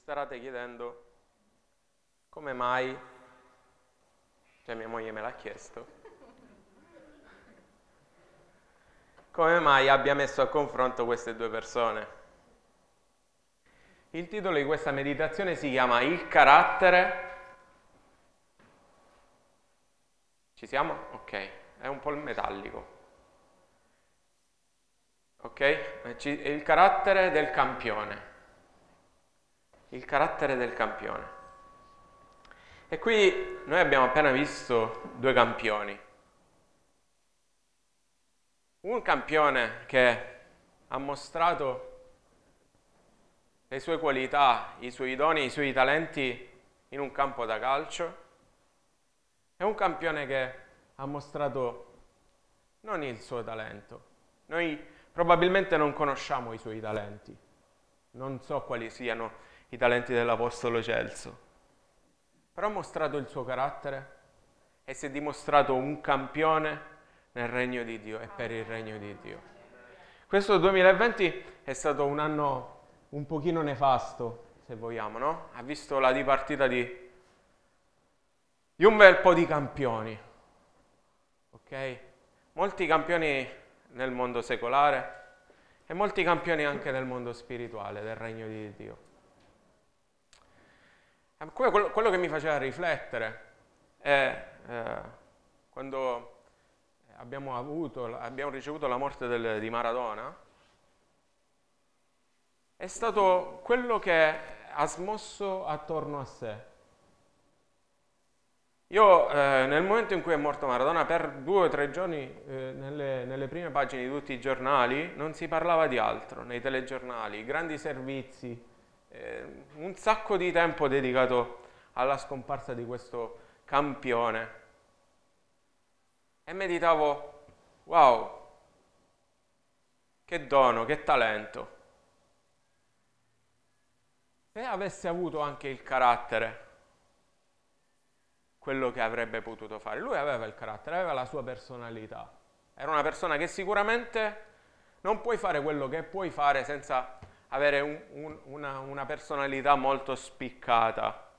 starate chiedendo come mai, cioè mia moglie me l'ha chiesto, come mai abbia messo a confronto queste due persone. Il titolo di questa meditazione si chiama Il carattere. Ci siamo? Ok, è un po' metallico. Ok? Il carattere del campione. Il carattere del campione. E qui noi abbiamo appena visto due campioni. Un campione che ha mostrato le sue qualità, i suoi doni, i suoi talenti in un campo da calcio, e un campione che ha mostrato non il suo talento. Noi probabilmente non conosciamo i suoi talenti, non so quali siano i talenti dell'Apostolo Celso, però ha mostrato il suo carattere e si è dimostrato un campione nel regno di Dio e per il regno di Dio. Questo 2020 è stato un anno un pochino nefasto, se vogliamo, no? Ha visto la dipartita di un bel po' di campioni, ok? Molti campioni nel mondo secolare e molti campioni anche nel mondo spirituale, del regno di Dio. Quello che mi faceva riflettere è quando abbiamo ricevuto la morte di Maradona, è stato quello che ha smosso attorno a sé. Io nel momento in cui è morto Maradona, per 2 o 3 giorni nelle prime pagine di tutti i giornali non si parlava di altro, nei telegiornali, grandi servizi, un sacco di tempo dedicato alla scomparsa di questo campione. E meditavo, wow, che dono, che talento. Se avesse avuto anche il carattere, quello che avrebbe potuto fare. Lui aveva il carattere, aveva la sua personalità. Era una persona che sicuramente non puoi fare quello che puoi fare senza avere una personalità molto spiccata.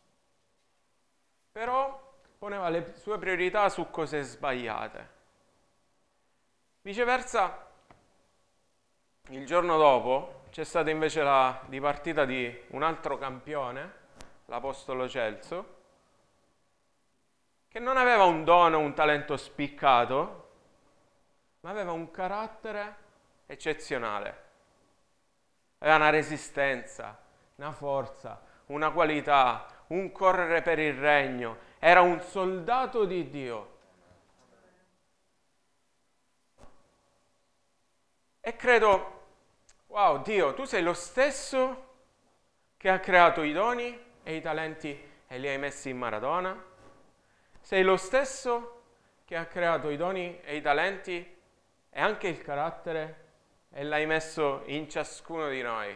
Però poneva le sue priorità su cose sbagliate. Viceversa, il giorno dopo c'è stata invece la dipartita di un altro campione, l'Apostolo Celso, che non aveva un dono, un talento spiccato, ma aveva un carattere eccezionale. Aveva una resistenza, una forza, una qualità, un correre per il regno. Era un soldato di Dio. E credo, wow, Dio, tu sei lo stesso che ha creato i doni e i talenti e li hai messi in Maradona? Sei lo stesso che ha creato i doni e i talenti e anche il carattere e l'hai messo in ciascuno di noi.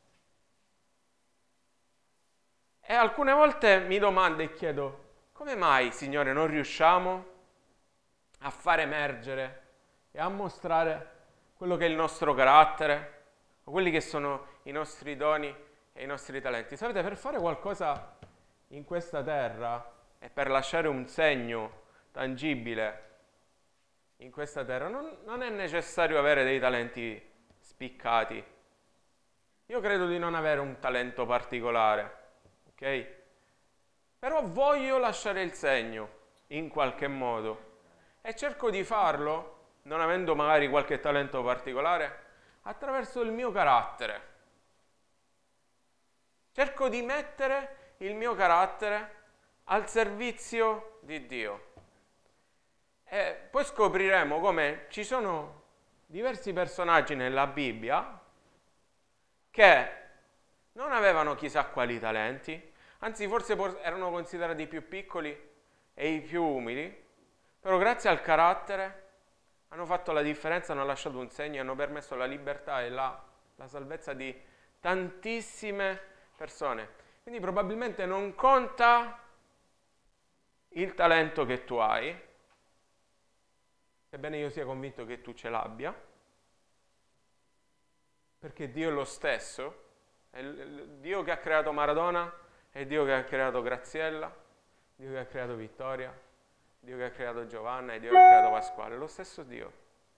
E alcune volte mi domando e chiedo, come mai, Signore, non riusciamo a far emergere e a mostrare quello che è il nostro carattere, o quelli che sono i nostri doni e i nostri talenti? Sapete, per fare qualcosa in questa terra e per lasciare un segno tangibile in questa terra non è necessario avere dei talenti spiccati. Io credo di non avere un talento particolare, ok? Però voglio lasciare il segno in qualche modo e cerco di farlo, non avendo magari qualche talento particolare, attraverso il mio carattere. Cerco di mettere il mio carattere al servizio di Dio. E poi scopriremo come ci sono diversi personaggi nella Bibbia che non avevano chissà quali talenti, anzi forse erano considerati i più piccoli e i più umili, però grazie al carattere hanno fatto la differenza, hanno lasciato un segno e hanno permesso la libertà e la salvezza di tantissime persone. Quindi probabilmente non conta il talento che tu hai, sebbene io sia convinto che tu ce l'abbia, perché Dio è lo stesso È Dio che ha creato Maradona, è Dio che ha creato Graziella, Dio che ha creato Vittoria, Dio che ha creato Giovanna e Dio che ha creato Pasquale, lo stesso Dio.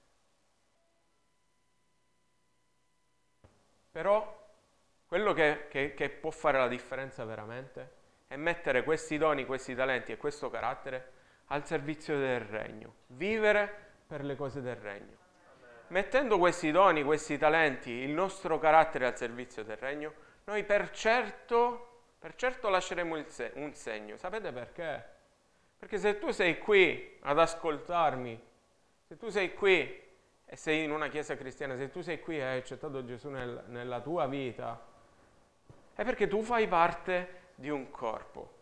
Però quello che può fare la differenza veramente è mettere questi doni, questi talenti e questo carattere al servizio del regno, vivere per le cose del regno. Mettendo questi doni, questi talenti, il nostro carattere al servizio del regno, noi per certo lasceremo un segno. Sapete perché? Perché se tu sei qui ad ascoltarmi, se tu sei qui e sei in una chiesa cristiana, se tu sei qui e hai accettato Gesù nella tua vita, è perché tu fai parte di un corpo.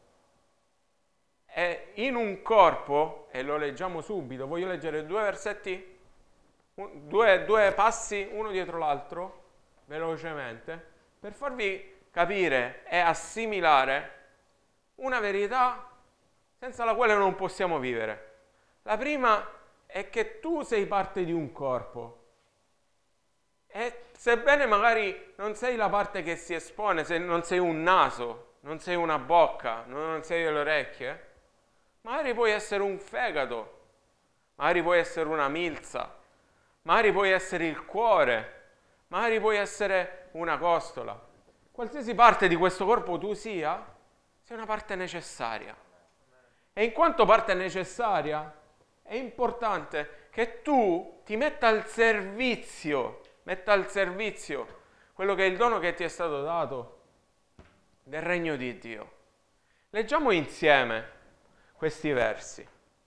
E in un corpo, e lo leggiamo subito, voglio leggere 2 versetti, due passi uno dietro l'altro, velocemente, per farvi capire e assimilare una verità senza la quale non possiamo vivere. La prima è che tu sei parte di un corpo e sebbene magari non sei la parte che si espone, se non sei un naso, non sei una bocca, non sei delle orecchie, magari puoi essere un fegato, magari puoi essere una milza, magari puoi essere il cuore, magari puoi essere una costola. Qualsiasi parte di questo corpo tu sia, sei una parte necessaria. E in quanto parte necessaria, è importante che tu ti metta al servizio quello che è il dono che ti è stato dato del regno di Dio. Leggiamo insieme questi versi.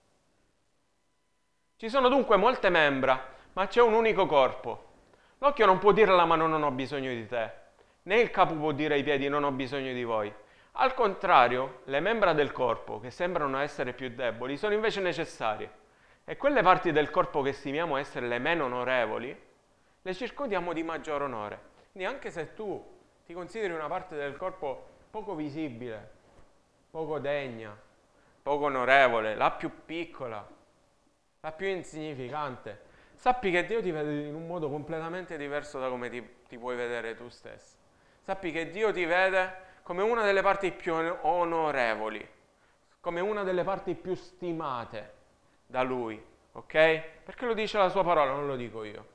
Ci sono dunque molte membra, ma c'è un unico corpo. L'occhio non può dire alla mano non ho bisogno di te, né il capo può dire ai piedi non ho bisogno di voi. Al contrario, le membra del corpo, che sembrano essere più deboli, sono invece necessarie. E quelle parti del corpo che stimiamo essere le meno onorevoli, le circondiamo di maggior onore. Quindi anche se tu ti consideri una parte del corpo poco visibile, poco degna, poco onorevole, la più piccola, la più insignificante, sappi che Dio ti vede in un modo completamente diverso da come ti puoi vedere tu stesso. Sappi che Dio ti vede come una delle parti più onorevoli, come una delle parti più stimate da Lui, ok? Perché lo dice la sua parola, non lo dico io.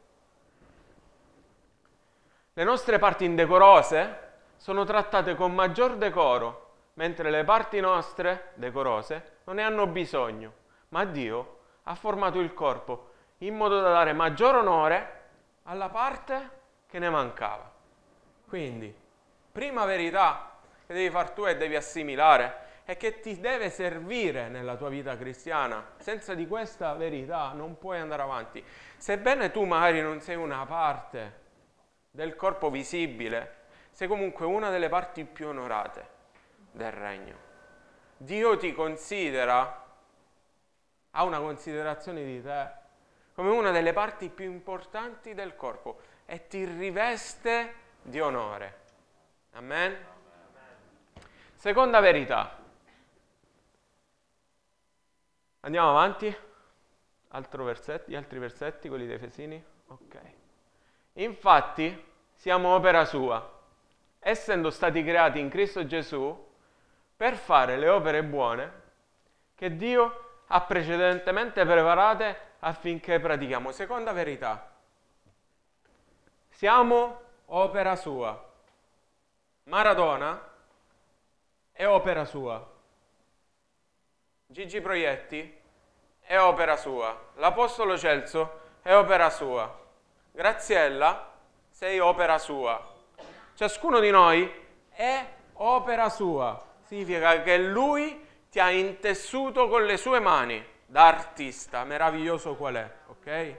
Le nostre parti indecorose sono trattate con maggior decoro, mentre le parti nostre, decorose, non ne hanno bisogno, ma Dio ha formato il corpo in modo da dare maggior onore alla parte che ne mancava. Quindi, prima verità che devi far tu e devi assimilare è che ti deve servire nella tua vita cristiana. Senza di questa verità non puoi andare avanti. Sebbene tu magari non sei una parte del corpo visibile, sei comunque una delle parti più onorate del regno. Dio ti considera, ha una considerazione di te come una delle parti più importanti del corpo e ti riveste di onore. Amen? Seconda verità. Andiamo avanti. Altri versetti, quelli dei Efesini. Ok. Infatti, siamo opera sua, essendo stati creati in Cristo Gesù per fare le opere buone che Dio ha precedentemente preparate affinché pratichiamo. Seconda verità. Siamo opera sua. Maradona è opera sua. Gigi Proietti è opera sua. L'Apostolo Celso è opera sua. Graziella, sei opera sua. Ciascuno di noi è opera sua. Significa che Lui ti ha intessuto con le sue mani, da artista, meraviglioso qual è, ok?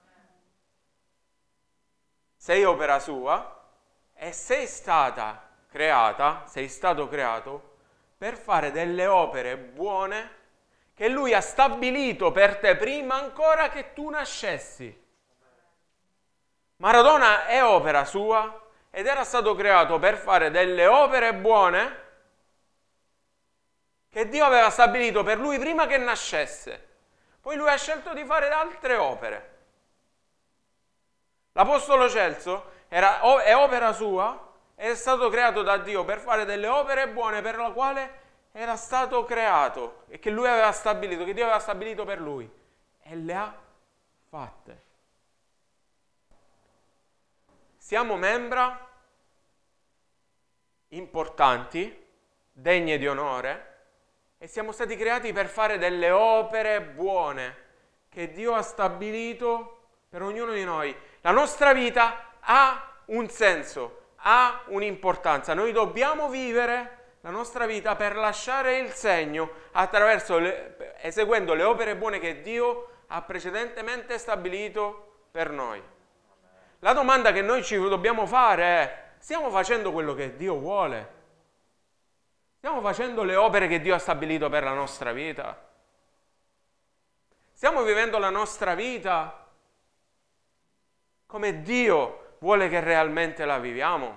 Sei opera sua e sei stata creata, sei stato creato per fare delle opere buone che Lui ha stabilito per te prima ancora che tu nascessi. Maradona è opera sua ed era stato creato per fare delle opere buone che Dio aveva stabilito per lui prima che nascesse. Poi lui ha scelto di fare altre opere. L'Apostolo Celso è opera sua è stato creato da Dio per fare delle opere buone per la quale era stato creato e che lui aveva stabilito, che Dio aveva stabilito per lui, e le ha fatte. Siamo membra importanti, degne di onore, e siamo stati creati per fare delle opere buone che Dio ha stabilito per ognuno di noi. La nostra vita ha un senso, ha un'importanza. Noi dobbiamo vivere la nostra vita per lasciare il segno eseguendo le opere buone che Dio ha precedentemente stabilito per noi. La domanda che noi ci dobbiamo fare è: stiamo facendo quello che Dio vuole? Stiamo facendo le opere che Dio ha stabilito per la nostra vita? Stiamo vivendo la nostra vita come Dio vuole che realmente la viviamo?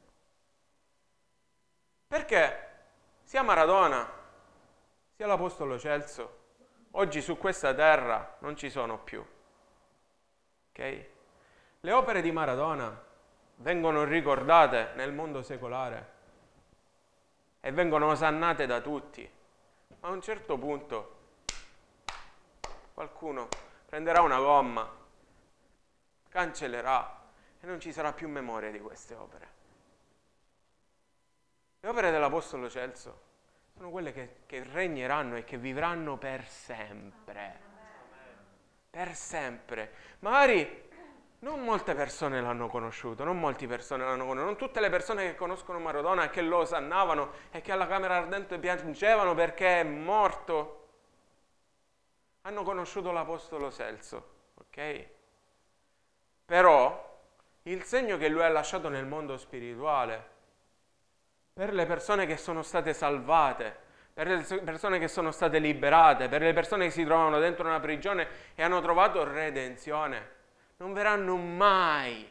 Perché sia Maradona, sia l'Apostolo Celso, oggi su questa terra non ci sono più. Ok? Le opere di Maradona vengono ricordate nel mondo secolare e vengono osannate da tutti, ma a un certo punto qualcuno prenderà una gomma, cancellerà e non ci sarà più memoria di queste opere. Le opere dell'Apostolo Celso sono quelle che regneranno e che vivranno per sempre. Per sempre. Magari non molte persone l'hanno conosciuto, non tutte le persone che conoscono Maradona e che lo osannavano e che alla camera ardente piangevano perché è morto, hanno conosciuto l'Apostolo Celso, ok? Però il segno che lui ha lasciato nel mondo spirituale, per le persone che sono state salvate, per le persone che sono state liberate, per le persone che si trovavano dentro una prigione e hanno trovato redenzione, non verranno mai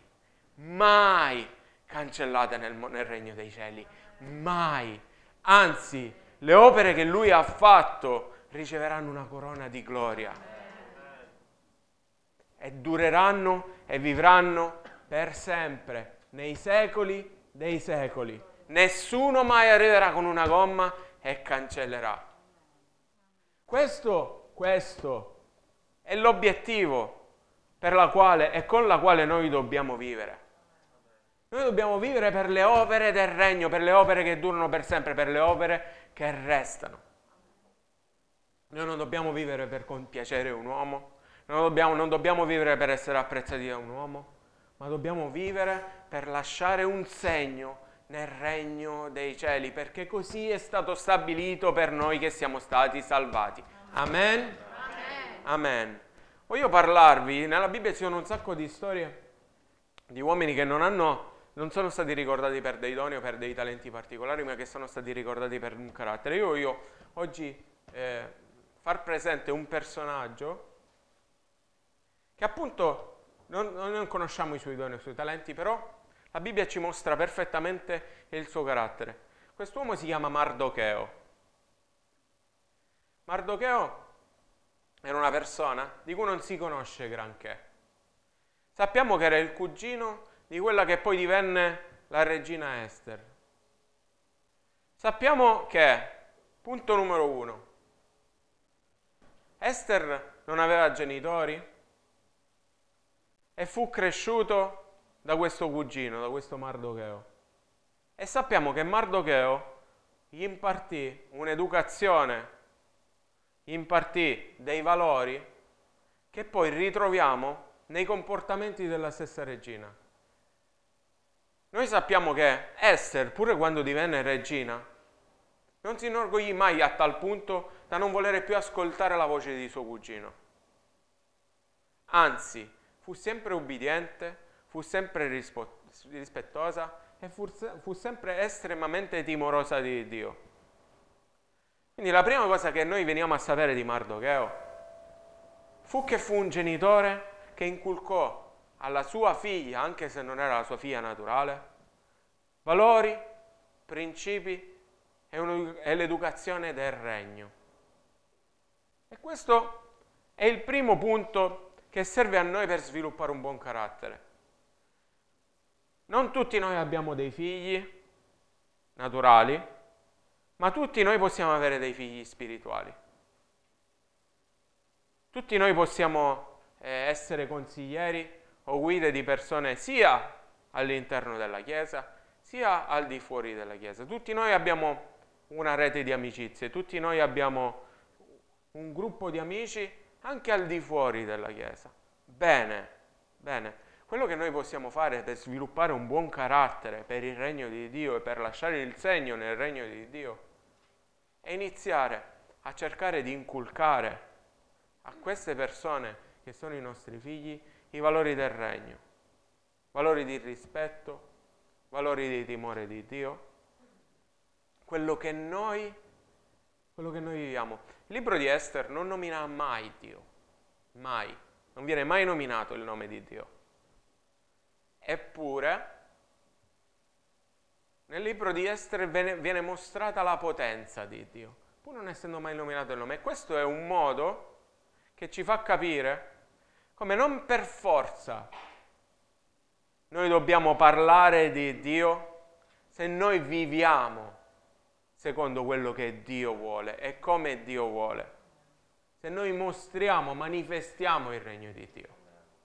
cancellate nel regno dei cieli, mai. Anzi, le opere che lui ha fatto riceveranno una corona di gloria e dureranno e vivranno per sempre, nei secoli dei secoli. Nessuno mai arriverà con una gomma e cancellerà. Questo è l'obiettivo per la quale e con la quale noi dobbiamo vivere. Noi dobbiamo vivere per le opere del regno, per le opere che durano per sempre, per le opere che restano. Noi non dobbiamo vivere per compiacere un uomo, non dobbiamo vivere per essere apprezzati da un uomo, ma dobbiamo vivere per lasciare un segno nel regno dei cieli, perché così è stato stabilito per noi che siamo stati salvati. Amen? Amen. Amen. Voglio parlarvi, nella Bibbia ci sono un sacco di storie di uomini che non sono stati ricordati per dei doni o per dei talenti particolari, ma che sono stati ricordati per un carattere. Io oggi far presente un personaggio che appunto non conosciamo i suoi doni o i suoi talenti, però la Bibbia ci mostra perfettamente il suo carattere. Quest'uomo si chiama Mardocheo. Mardocheo era una persona di cui non si conosce granché. Sappiamo che era il cugino di quella che poi divenne la regina Ester. Sappiamo che, punto numero 1, Ester non aveva genitori e fu cresciuto da questo cugino, da questo Mardocheo. E sappiamo che Mardocheo gli impartì un'educazione, gli impartì dei valori che poi ritroviamo nei comportamenti della stessa regina. Noi sappiamo che Ester, pure quando divenne regina, non si inorgoglì mai a tal punto da non volere più ascoltare la voce di suo cugino. Anzi, fu sempre ubbidiente, fu sempre rispettosa e fu sempre estremamente timorosa di Dio. Quindi la prima cosa che noi veniamo a sapere di Mardocheo fu che fu un genitore che inculcò alla sua figlia, anche se non era la sua figlia naturale, valori, principi e l'educazione del regno. E questo è il primo punto che serve a noi per sviluppare un buon carattere. Non tutti noi abbiamo dei figli naturali, ma tutti noi possiamo avere dei figli spirituali. Tutti noi possiamo essere consiglieri o guide di persone sia all'interno della Chiesa, sia al di fuori della Chiesa. Tutti noi abbiamo una rete di amicizie, tutti noi abbiamo un gruppo di amici anche al di fuori della Chiesa. Bene, bene. Quello che noi possiamo fare per sviluppare un buon carattere per il regno di Dio e per lasciare il segno nel regno di Dio è iniziare a cercare di inculcare a queste persone che sono i nostri figli i valori del regno, valori di rispetto, valori di timore di Dio, quello che noi viviamo. Il libro di Ester non nomina mai Dio, mai, non viene mai nominato il nome di Dio. Eppure, nel libro di Ester viene mostrata la potenza di Dio, pur non essendo mai nominato il nome. E questo è un modo che ci fa capire come non per forza noi dobbiamo parlare di Dio se noi viviamo secondo quello che Dio vuole e come Dio vuole. Se noi mostriamo, manifestiamo il regno di Dio.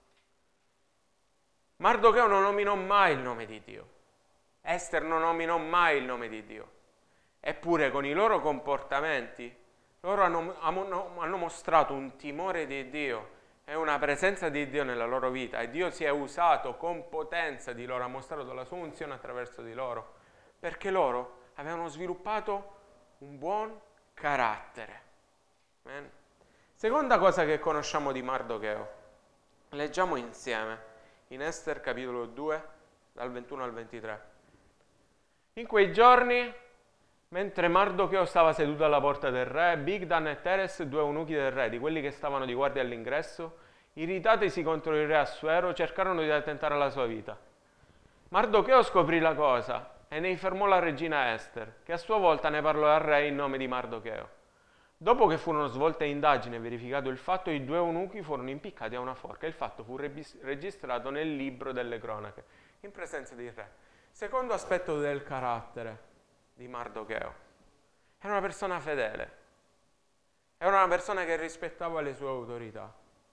Mardocheo non nominò mai il nome di Dio. Ester non nominò mai il nome di Dio. Eppure con i loro comportamenti loro hanno mostrato un timore di Dio e una presenza di Dio nella loro vita e Dio si è usato con potenza di loro, ha mostrato la sua unzione attraverso di loro, perché loro avevano sviluppato un buon carattere. Amen. Seconda cosa che conosciamo di Mardocheo, leggiamo insieme in Ester capitolo 2 dal 21 al 23. In quei giorni, mentre Mardocheo stava seduto alla porta del re, Bigdan e Teres, due eunuchi del re, di quelli che stavano di guardia all'ingresso, irritatisi contro il re Assuero, cercarono di attentare alla sua vita. Mardocheo scoprì la cosa e ne informò la regina Ester, che a sua volta ne parlò al re in nome di Mardocheo. Dopo che furono svolte indagini e verificato il fatto, i due eunuchi furono impiccati a una forca e il fatto fu registrato nel libro delle cronache, in presenza del re. Secondo aspetto del carattere di Mardocheo. Era una persona fedele. Era una persona che rispettava le sue autorità.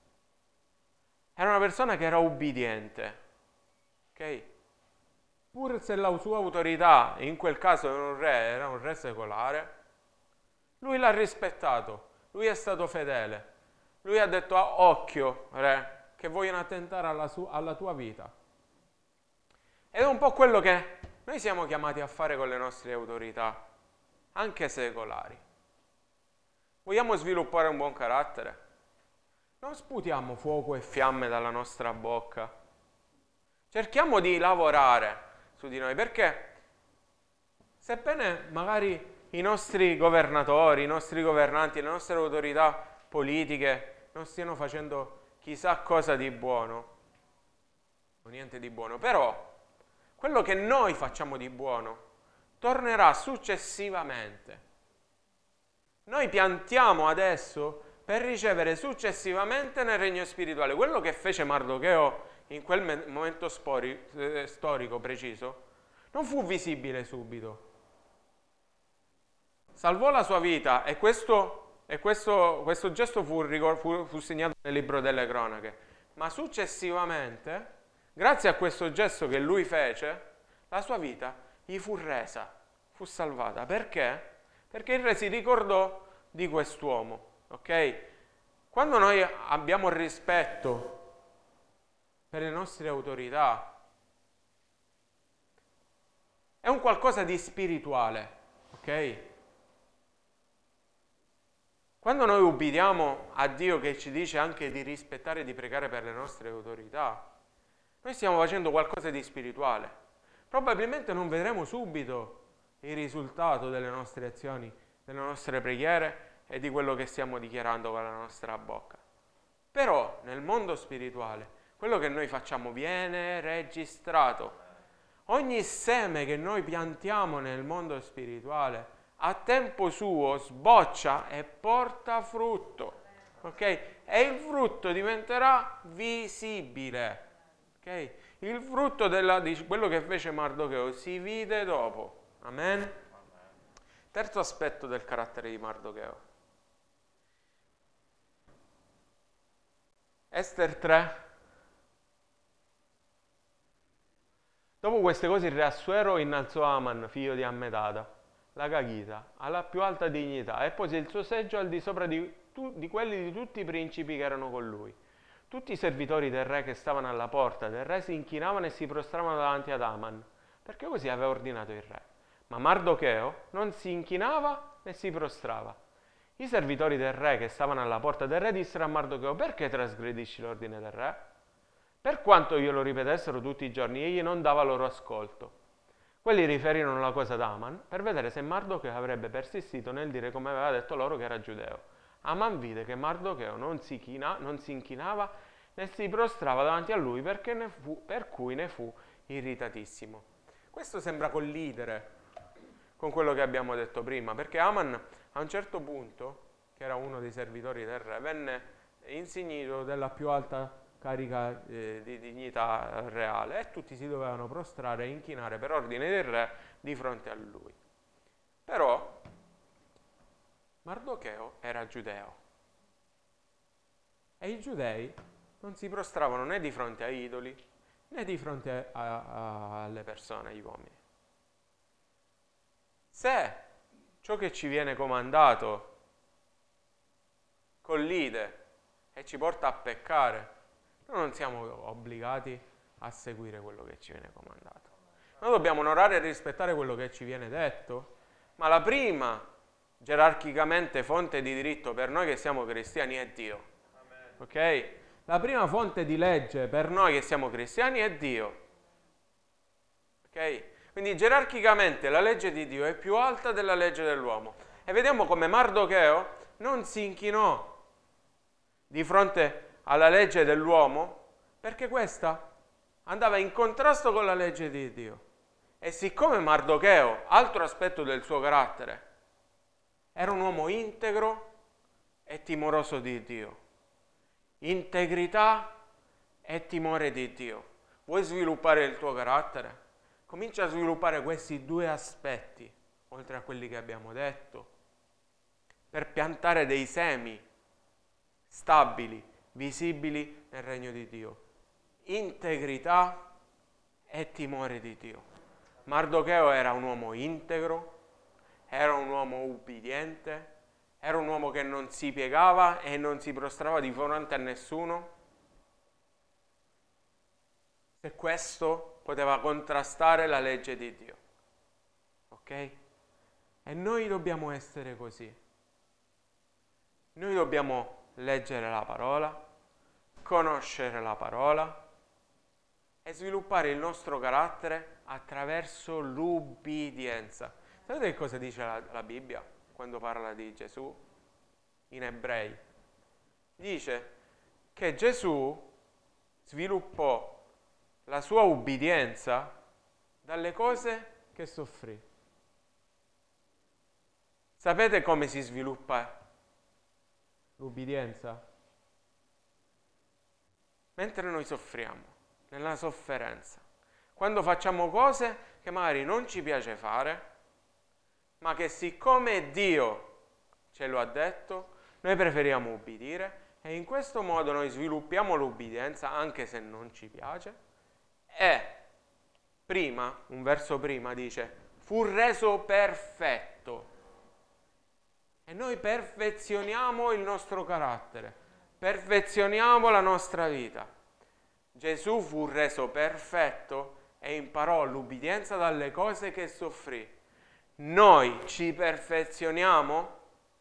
Era una persona che era ubbidiente. Ok? Pur se la sua autorità, in quel caso era un re secolare, lui l'ha rispettato, lui è stato fedele. Lui ha detto: occhio, re, che vogliono attentare alla tua vita. Ed è un po' quello che noi siamo chiamati a fare con le nostre autorità, anche secolari. Vogliamo sviluppare un buon carattere? Non sputiamo fuoco e fiamme dalla nostra bocca. Cerchiamo di lavorare su di noi, perché sebbene magari i nostri governatori, i nostri governanti, le nostre autorità politiche non stiano facendo chissà cosa di buono, o niente di buono, però quello che noi facciamo di buono tornerà successivamente. Noi piantiamo adesso per ricevere successivamente nel regno spirituale. Quello che fece Mardocheo in quel momento storico preciso non fu visibile subito. Salvò la sua vita e questo gesto fu segnato nel libro delle cronache. Ma successivamente, grazie a questo gesto che lui fece, la sua vita gli fu resa, fu salvata. Perché? Perché il re si ricordò di quest'uomo, ok? Quando noi abbiamo rispetto per le nostre autorità, è un qualcosa di spirituale, ok? Quando noi ubbidiamo a Dio che ci dice anche di rispettare e di pregare per le nostre autorità, noi stiamo facendo qualcosa di spirituale. Probabilmente non vedremo subito il risultato delle nostre azioni, delle nostre preghiere e di quello che stiamo dichiarando con la nostra bocca. Però nel mondo spirituale quello che noi facciamo viene registrato. Ogni seme che noi piantiamo nel mondo spirituale a tempo suo sboccia e porta frutto, ok? E il frutto diventerà visibile, ok? Il frutto di quello che fece Mardocheo si vide dopo. Amen? Terzo aspetto del carattere di Mardocheo. Ester 3. Dopo queste cose il re Assuero innalzò Aman, figlio di Ammedada, la Caghita, alla più alta dignità e pose il suo seggio al di sopra di quelli di tutti i principi che erano con lui. Tutti i servitori del re che stavano alla porta del re si inchinavano e si prostravano davanti ad Aman, perché così aveva ordinato il re. Ma Mardocheo non si inchinava né si prostrava. I servitori del re che stavano alla porta del re dissero a Mardocheo: perché trasgredisci l'ordine del re? Per quanto glielo ripetessero tutti i giorni, egli non dava loro ascolto. Quelli riferirono la cosa ad Aman per vedere se Mardocheo avrebbe persistito nel dire come aveva detto loro che era giudeo. Aman vide che Mardocheo non si inchinava né si prostrava davanti a lui, per cui ne fu irritatissimo. Questo sembra collidere con quello che abbiamo detto prima, perché Aman a un certo punto, che era uno dei servitori del re, venne insignito della più alta carica di dignità reale e tutti si dovevano prostrare e inchinare per ordine del re di fronte a lui. Però Mardocheo era giudeo e i giudei non si prostravano né di fronte a idoli né di fronte alle persone, agli uomini. Se ciò che ci viene comandato collide e ci porta a peccare, noi non siamo obbligati a seguire quello che ci viene comandato. Noi dobbiamo onorare e rispettare quello che ci viene detto, ma la prima gerarchicamente fonte di diritto per noi che siamo cristiani è Dio. Ok? La prima fonte di legge per noi che siamo cristiani è Dio. Ok? Quindi gerarchicamente la legge di Dio è più alta della legge dell'uomo. E vediamo come Mardocheo non si inchinò di fronte alla legge dell'uomo, perché questa andava in contrasto con la legge di Dio. E siccome Mardocheo, altro aspetto del suo carattere, era un uomo integro e timoroso di Dio. Integrità e timore di Dio. Vuoi sviluppare il tuo carattere? Comincia a sviluppare questi due aspetti, oltre a quelli che abbiamo detto, per piantare dei semi stabili, visibili nel regno di Dio. Integrità e timore di Dio. Mardocheo era un uomo integro, era un uomo ubbidiente, era un uomo che non si piegava e non si prostrava di fronte a nessuno. Se questo poteva contrastare la legge di Dio. Ok? E noi dobbiamo essere così. Noi dobbiamo leggere la parola, conoscere la parola e sviluppare il nostro carattere attraverso l'ubbidienza. Sapete che cosa dice la Bibbia quando parla di Gesù? In Ebrei. Dice che Gesù sviluppò la sua ubbidienza dalle cose che soffrì. Sapete come si sviluppa l'ubbidienza? Mentre noi soffriamo, nella sofferenza. Quando facciamo cose che magari non ci piace fare, ma che siccome Dio ce lo ha detto, noi preferiamo ubbidire e in questo modo noi sviluppiamo l'ubbidienza anche se non ci piace. E prima, un verso prima dice, fu reso perfetto. E noi perfezioniamo il nostro carattere, perfezioniamo la nostra vita. Gesù fu reso perfetto e imparò l'ubbidienza dalle cose che soffrì. Noi ci perfezioniamo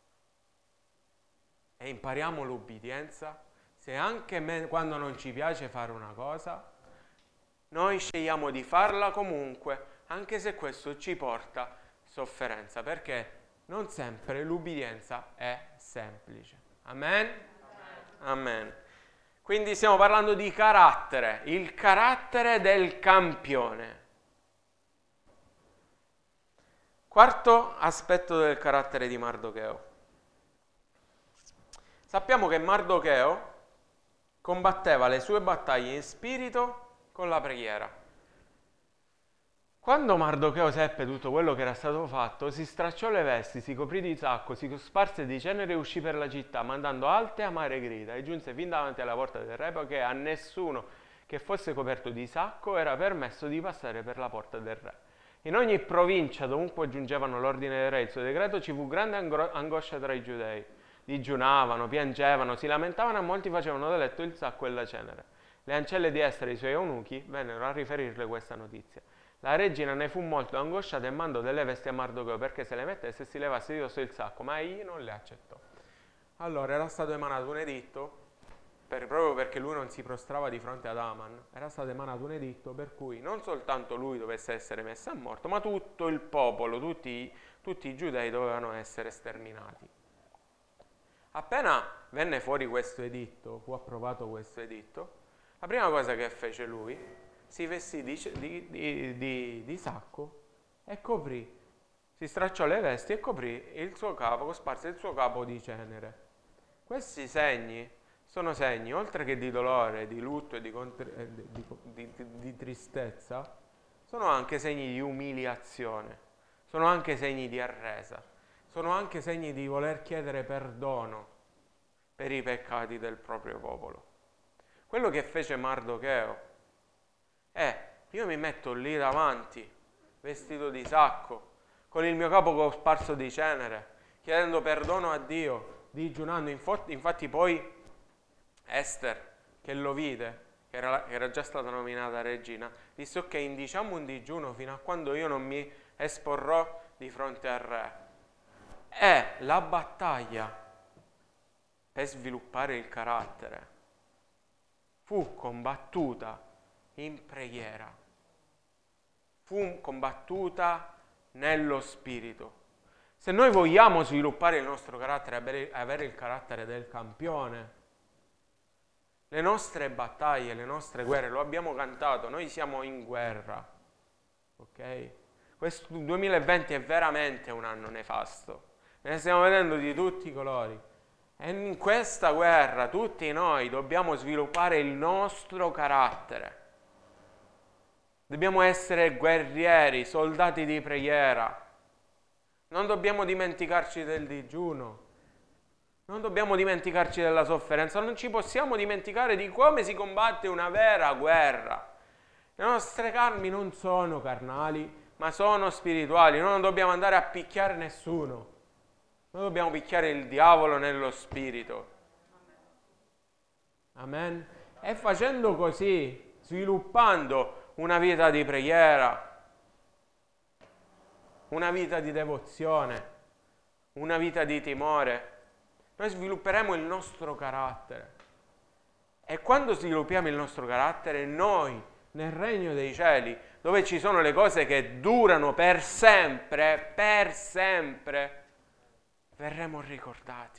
e impariamo l'ubbidienza se anche quando non ci piace fare una cosa, noi scegliamo di farla comunque, anche se questo ci porta sofferenza, perché non sempre l'ubbidienza è semplice. Amen? Amen. Quindi stiamo parlando di carattere, il carattere del campione. Quarto aspetto del carattere di Mardocheo. Sappiamo che Mardocheo combatteva le sue battaglie in spirito con la preghiera. Quando Mardocheo seppe tutto quello che era stato fatto, si stracciò le vesti, si coprì di sacco, si sparse di cenere e uscì per la città, mandando alte e amare grida, e giunse fin davanti alla porta del re, poiché a nessuno che fosse coperto di sacco era permesso di passare per la porta del re. In ogni provincia, dovunque giungevano l'ordine del re e il suo decreto, ci fu grande angoscia tra i giudei. Digiunavano, piangevano, si lamentavano e molti facevano da letto il sacco e la cenere. Le ancelle di Esther e i suoi eunuchi vennero a riferirle questa notizia. La regina ne fu molto angosciata e mandò delle vesti a Mardocheo perché se le mettesse e si levasse di dosso il sacco, ma egli non le accettò. Allora era stato emanato un editto, proprio perché lui non si prostrava di fronte ad Aman, era stato emanato un editto per cui non soltanto lui dovesse essere messo a morto, ma tutto il popolo, tutti i giudei dovevano essere sterminati. Appena venne fuori questo editto, fu approvato questo editto, la prima cosa che fece lui si vestì di sacco e coprì, si stracciò le vesti e coprì il suo capo, sparse il suo capo di cenere. Questi segni sono segni, oltre che di dolore, di lutto e di tristezza, sono anche segni di umiliazione, sono anche segni di arresa, sono anche segni di voler chiedere perdono per i peccati del proprio popolo. Quello che fece Mardocheo io mi metto lì davanti, vestito di sacco, con il mio capo cosparso di cenere, chiedendo perdono a Dio, digiunando. Infatti poi Esther, che lo vide, che era già stata nominata regina, disse: ok, indiciamo un digiuno fino a quando io non mi esporrò di fronte al re. È la battaglia per sviluppare il carattere fu combattuta in preghiera, fu combattuta nello spirito. Se noi vogliamo sviluppare il nostro carattere, avere il carattere del campione, le nostre battaglie, le nostre guerre, lo abbiamo cantato, noi siamo in guerra, ok? Questo 2020 è veramente un anno nefasto, ne stiamo vedendo di tutti i colori. E in questa guerra tutti noi dobbiamo sviluppare il nostro carattere. Dobbiamo essere guerrieri, soldati di preghiera. Non dobbiamo dimenticarci del digiuno. Non dobbiamo dimenticarci della sofferenza. Non ci possiamo dimenticare di come si combatte una vera guerra. Le nostre armi non sono carnali, ma sono spirituali. Noi non dobbiamo andare a picchiare nessuno. Noi dobbiamo picchiare il diavolo nello spirito. Amen. E facendo così, sviluppando una vita di preghiera, una vita di devozione, una vita di timore, noi svilupperemo il nostro carattere. E quando sviluppiamo il nostro carattere, noi, nel regno dei cieli, dove ci sono le cose che durano per sempre, verremo ricordati.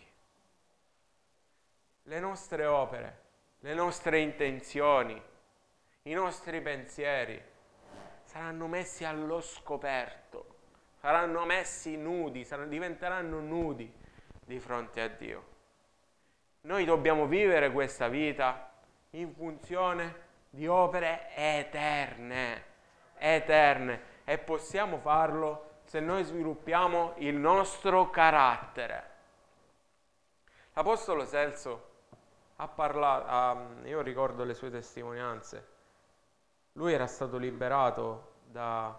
Le nostre opere, le nostre intenzioni, i nostri pensieri saranno messi allo scoperto, saranno messi nudi, diventeranno nudi di fronte a Dio. Noi dobbiamo vivere questa vita in funzione di opere eterne, e possiamo farlo se noi sviluppiamo il nostro carattere. L'Apostolo Celso ha parlato, io ricordo le sue testimonianze, lui era stato liberato da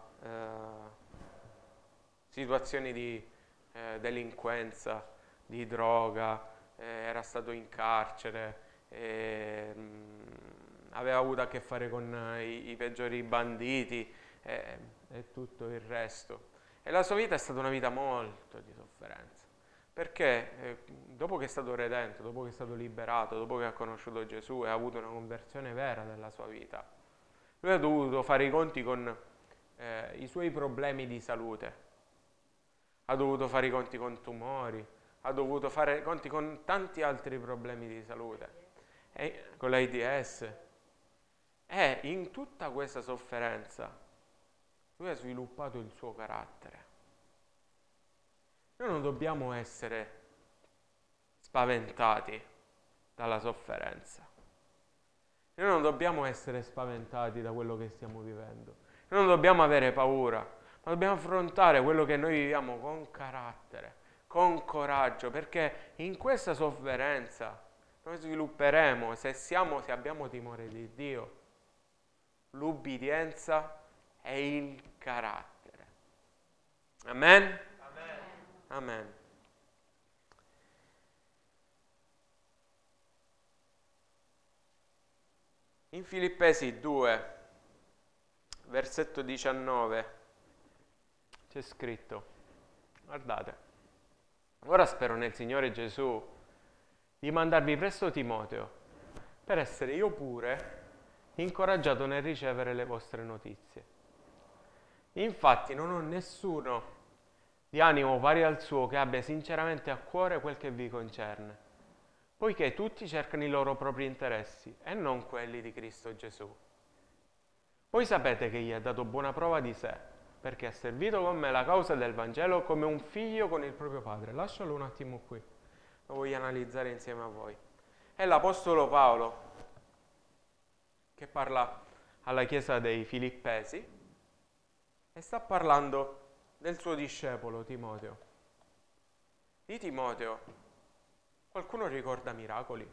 situazioni di delinquenza, di droga, era stato in carcere, aveva avuto a che fare con i peggiori banditi e tutto il resto. E la sua vita è stata una vita molto di sofferenza, perché dopo che è stato redento, dopo che è stato liberato, dopo che ha conosciuto Gesù e ha avuto una conversione vera della sua vita, lui ha dovuto fare i conti con i suoi problemi di salute, ha dovuto fare i conti con tumori, ha dovuto fare i conti con tanti altri problemi di salute, con l'AIDS. E in tutta questa sofferenza lui ha sviluppato il suo carattere. Noi non dobbiamo essere spaventati dalla sofferenza. Noi non dobbiamo essere spaventati da quello che stiamo vivendo. Noi non dobbiamo avere paura, ma dobbiamo affrontare quello che noi viviamo con carattere, con coraggio, perché in questa sofferenza noi svilupperemo, se abbiamo timore di Dio, l'ubbidienza e il carattere. Amen? Amen. Amen. In Filippesi 2, versetto 19, c'è scritto, guardate, ora spero nel Signore Gesù di mandarvi presto Timoteo, per essere io pure incoraggiato nel ricevere le vostre notizie. Infatti non ho nessuno di animo pari al suo che abbia sinceramente a cuore quel che vi concerne, poiché tutti cercano i loro propri interessi e non quelli di Cristo Gesù. Voi sapete che egli ha dato buona prova di sé, perché ha servito con me la causa del Vangelo come un figlio con il proprio padre. Lascialo un attimo qui, lo voglio analizzare insieme a voi. È l'Apostolo Paolo che parla alla chiesa dei Filippesi e sta parlando del suo discepolo Timoteo. Di Timoteo, qualcuno ricorda miracoli?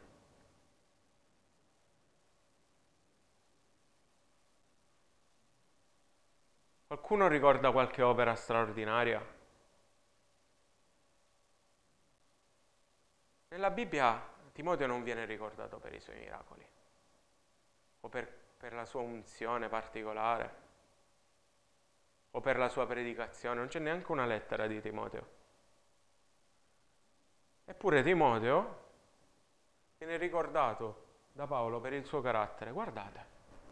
Qualcuno ricorda qualche opera straordinaria? Nella Bibbia Timoteo non viene ricordato per i suoi miracoli o per la sua unzione particolare o per la sua predicazione, non c'è neanche una lettera di Timoteo. Eppure Timoteo viene ricordato da Paolo per il suo carattere. Guardate,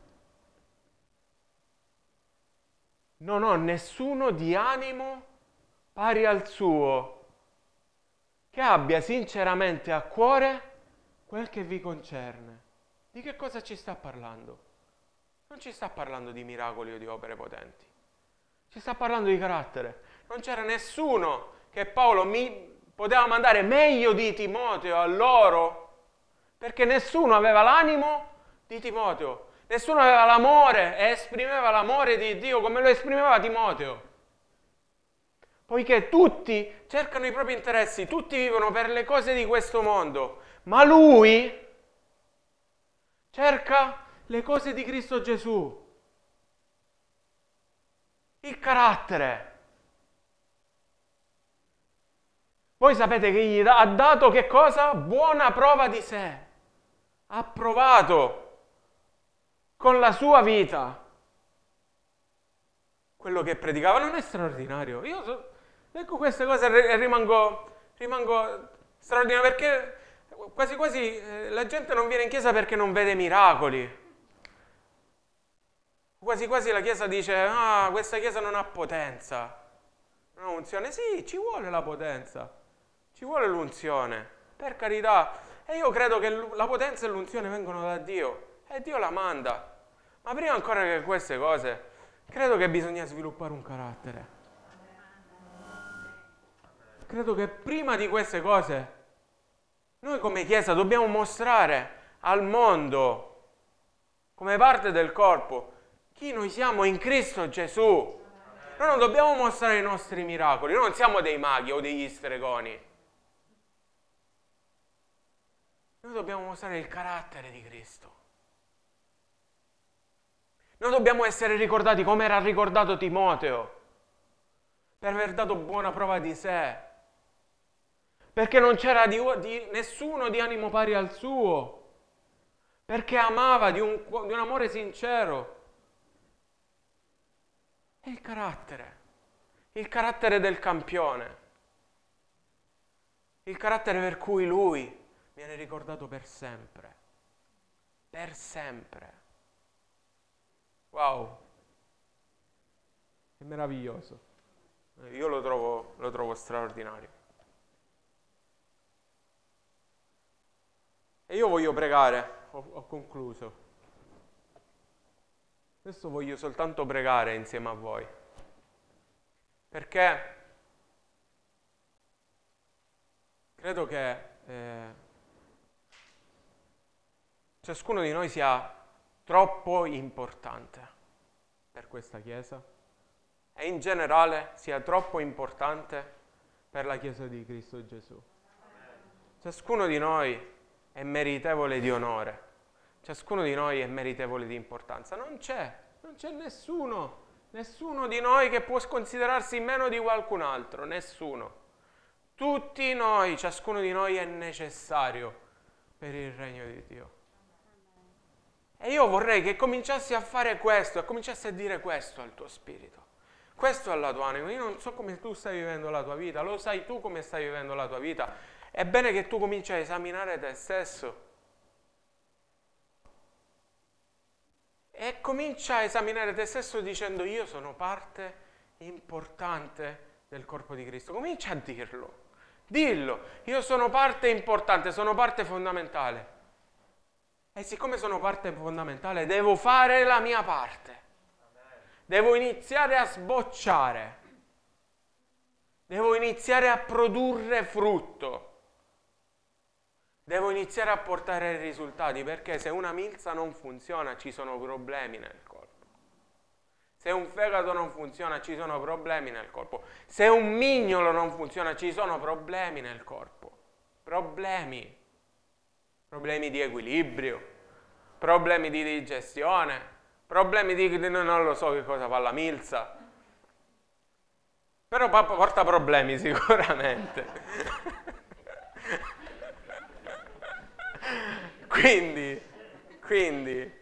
non ho nessuno di animo pari al suo, che abbia sinceramente a cuore quel che vi concerne. Di che cosa ci sta parlando? Non ci sta parlando di miracoli o di opere potenti. Ci sta parlando di carattere. Non c'era nessuno che Paolo poteva mandare meglio di Timoteo a loro, perché nessuno aveva l'animo di Timoteo. Nessuno aveva l'amore e esprimeva l'amore di Dio come lo esprimeva Timoteo. Poiché tutti cercano i propri interessi, tutti vivono per le cose di questo mondo, ma lui cerca le cose di Cristo Gesù. Il carattere. Voi sapete che gli ha dato che cosa? Buona prova di sé. Ha provato con la sua vita quello che predicava. Non è straordinario. Ecco queste cose e rimango straordinario, perché quasi quasi la gente non viene in chiesa perché non vede miracoli. Quasi quasi la chiesa dice, questa chiesa non ha potenza, non ha unzione. Sì, ci vuole la potenza, ci vuole l'unzione, per carità. E io credo che la potenza e l'unzione vengono da Dio e Dio la manda. Ma prima ancora che queste cose, credo che bisogna sviluppare un carattere. Credo che prima di queste cose noi come Chiesa dobbiamo mostrare al mondo, come parte del corpo, chi noi siamo in Cristo Gesù. Noi non dobbiamo mostrare i nostri miracoli, noi non siamo dei maghi o degli stregoni. Noi dobbiamo mostrare il carattere di Cristo. Noi dobbiamo essere ricordati come era ricordato Timoteo, per aver dato buona prova di sé, perché non c'era nessuno di animo pari al suo, perché amava di un amore sincero. E il carattere del campione, il carattere per cui lui viene ricordato per sempre. Per sempre. Wow, è meraviglioso. Io lo trovo straordinario. E io voglio pregare, ho concluso. Adesso voglio soltanto pregare insieme a voi, perché credo che ciascuno di noi sia troppo importante per questa Chiesa e in generale sia troppo importante per la Chiesa di Cristo Gesù. Ciascuno di noi è meritevole di onore, ciascuno di noi è meritevole di importanza. Non c'è nessuno di noi che può considerarsi meno di qualcun altro, nessuno. Tutti noi, ciascuno di noi è necessario per il regno di Dio. E io vorrei che cominciassi a fare questo, e cominciassi a dire questo al tuo spirito, questo alla tua anima. Io non so come tu stai vivendo la tua vita, lo sai tu come stai vivendo la tua vita. È bene che tu cominci a esaminare te stesso. E comincia a esaminare te stesso dicendo: io sono parte importante del corpo di Cristo. Comincia a dirlo. Dillo, io sono parte importante, sono parte fondamentale. E siccome sono parte fondamentale, devo fare la mia parte. Devo iniziare a sbocciare. Devo iniziare a produrre frutto. Devo iniziare a portare risultati, perché se una milza non funziona ci sono problemi nel corpo. Se un fegato non funziona ci sono problemi nel corpo. Se un mignolo non funziona ci sono problemi nel corpo. Problemi di equilibrio, problemi di digestione, problemi di non lo so che cosa fa la milza. Però porta problemi sicuramente. Quindi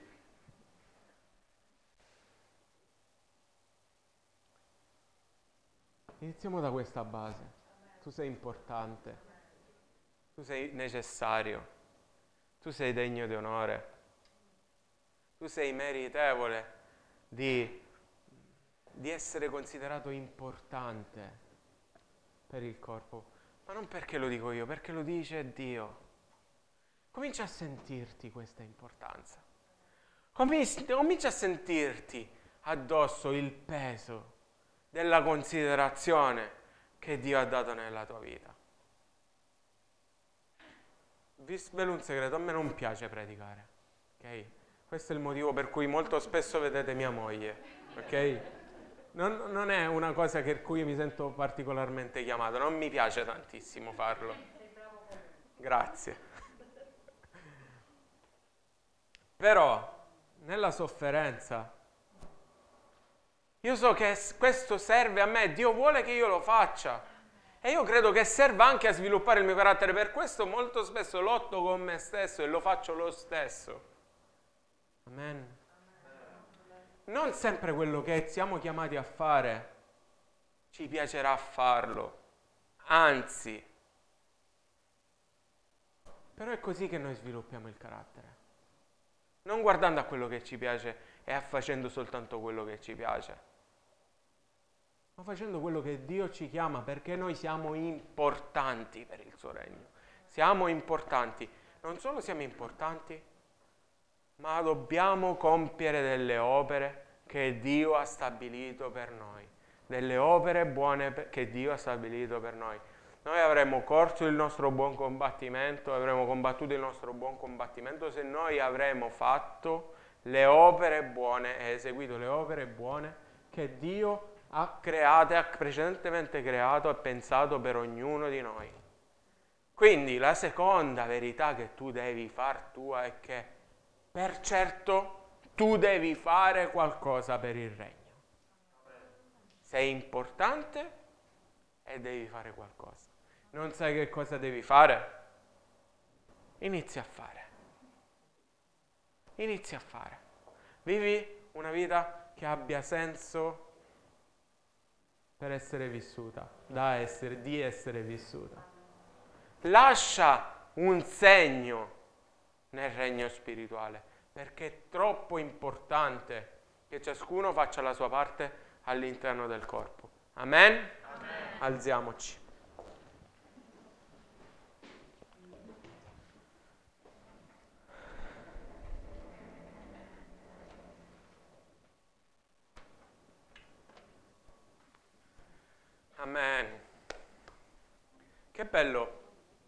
iniziamo da questa base. Tu sei importante, tu sei necessario, tu sei degno di onore, tu sei meritevole di essere considerato importante per il corpo, ma non perché lo dico io, perché lo dice Dio. Comincia a sentirti questa importanza. Comincia a sentirti addosso il peso della considerazione che Dio ha dato nella tua vita. Vi svelo un segreto, a me non piace predicare, ok? Questo è il motivo per cui molto spesso vedete mia moglie, ok? Non è una cosa per cui mi sento particolarmente chiamato, non mi piace tantissimo farlo. Grazie. Però, nella sofferenza, io so che questo serve a me, Dio vuole che io lo faccia. E io credo che serva anche a sviluppare il mio carattere, per questo molto spesso lotto con me stesso e lo faccio lo stesso. Amen. Non sempre quello che siamo chiamati a fare ci piacerà farlo, anzi, però è così che noi sviluppiamo il carattere. Non guardando a quello che ci piace e facendo soltanto quello che ci piace, ma facendo quello che Dio ci chiama, perché noi siamo importanti per il suo regno. Siamo importanti. Non solo siamo importanti, ma dobbiamo compiere delle opere che Dio ha stabilito per noi. Delle opere buone che Dio ha stabilito per noi. Noi avremmo corso il nostro buon combattimento, avremmo combattuto il nostro buon combattimento se noi avremmo fatto le opere buone e eseguito le opere buone che Dio ha creato, ha precedentemente creato e pensato per ognuno di noi. Quindi la seconda verità che tu devi far tua è che per certo tu devi fare qualcosa per il regno. Sei importante e devi fare qualcosa. Non sai che cosa devi fare? Inizia a fare. Inizia a fare. Vivi una vita che abbia senso per essere vissuta, di essere vissuta. Lascia un segno nel regno spirituale, perché è troppo importante che ciascuno faccia la sua parte all'interno del corpo. Amen? Amen. Alziamoci. Amen. Che bello.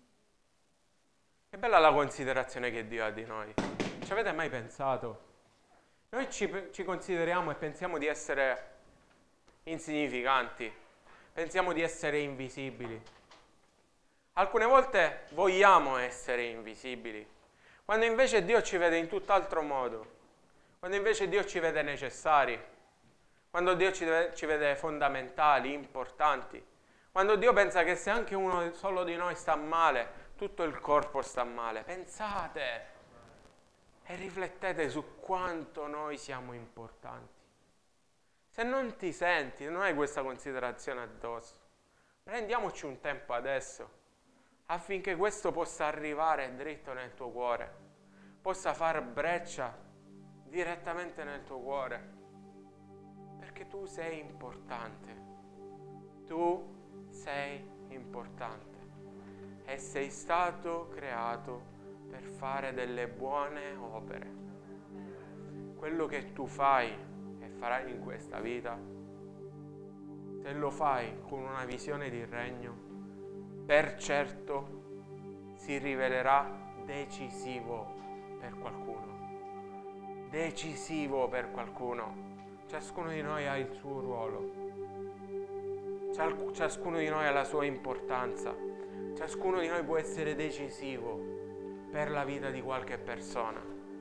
Che bella la considerazione che Dio ha di noi. Ci avete mai pensato Noi ci consideriamo e pensiamo di essere insignificanti, pensiamo di essere invisibili. Alcune volte vogliamo essere invisibili, quando invece Dio ci vede in tutt'altro modo, quando invece Dio ci vede necessari, quando Dio ci vede fondamentali, importanti, quando Dio pensa che se anche uno solo di noi sta male, tutto il corpo sta male. Pensate e riflettete su quanto noi siamo importanti. Se non ti senti, non hai questa considerazione addosso, prendiamoci un tempo adesso affinché questo possa arrivare dritto nel tuo cuore, possa far breccia direttamente nel tuo cuore, perché tu sei importante, tu sei importante e sei stato creato per fare delle buone opere. Quello che tu fai e farai in questa vita, se lo fai con una visione di regno, per certo si rivelerà decisivo per qualcuno. Decisivo per qualcuno. Ciascuno di noi ha il suo ruolo. Ciascuno di noi ha la sua importanza. Ciascuno di noi può essere decisivo per la vita di qualche persona.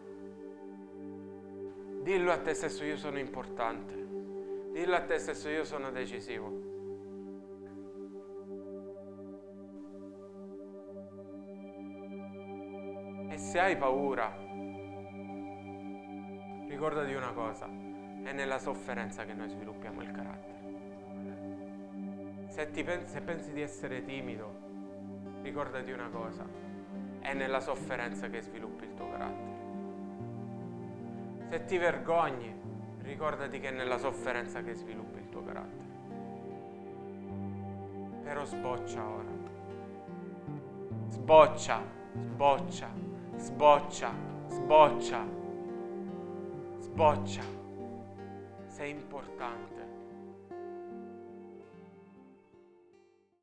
Dillo a te stesso: io sono importante. Dillo a te stesso: io sono decisivo. E se hai paura, ricordati una cosa: è nella sofferenza che noi sviluppiamo il carattere. Se pensi di essere timido, ricordati una cosa: è nella sofferenza che sviluppi il tuo carattere. Se ti vergogni, ricordati che è nella sofferenza che sviluppi il tuo carattere. Però sboccia ora. Sboccia, sboccia, sboccia, sboccia, sboccia. Sei importante.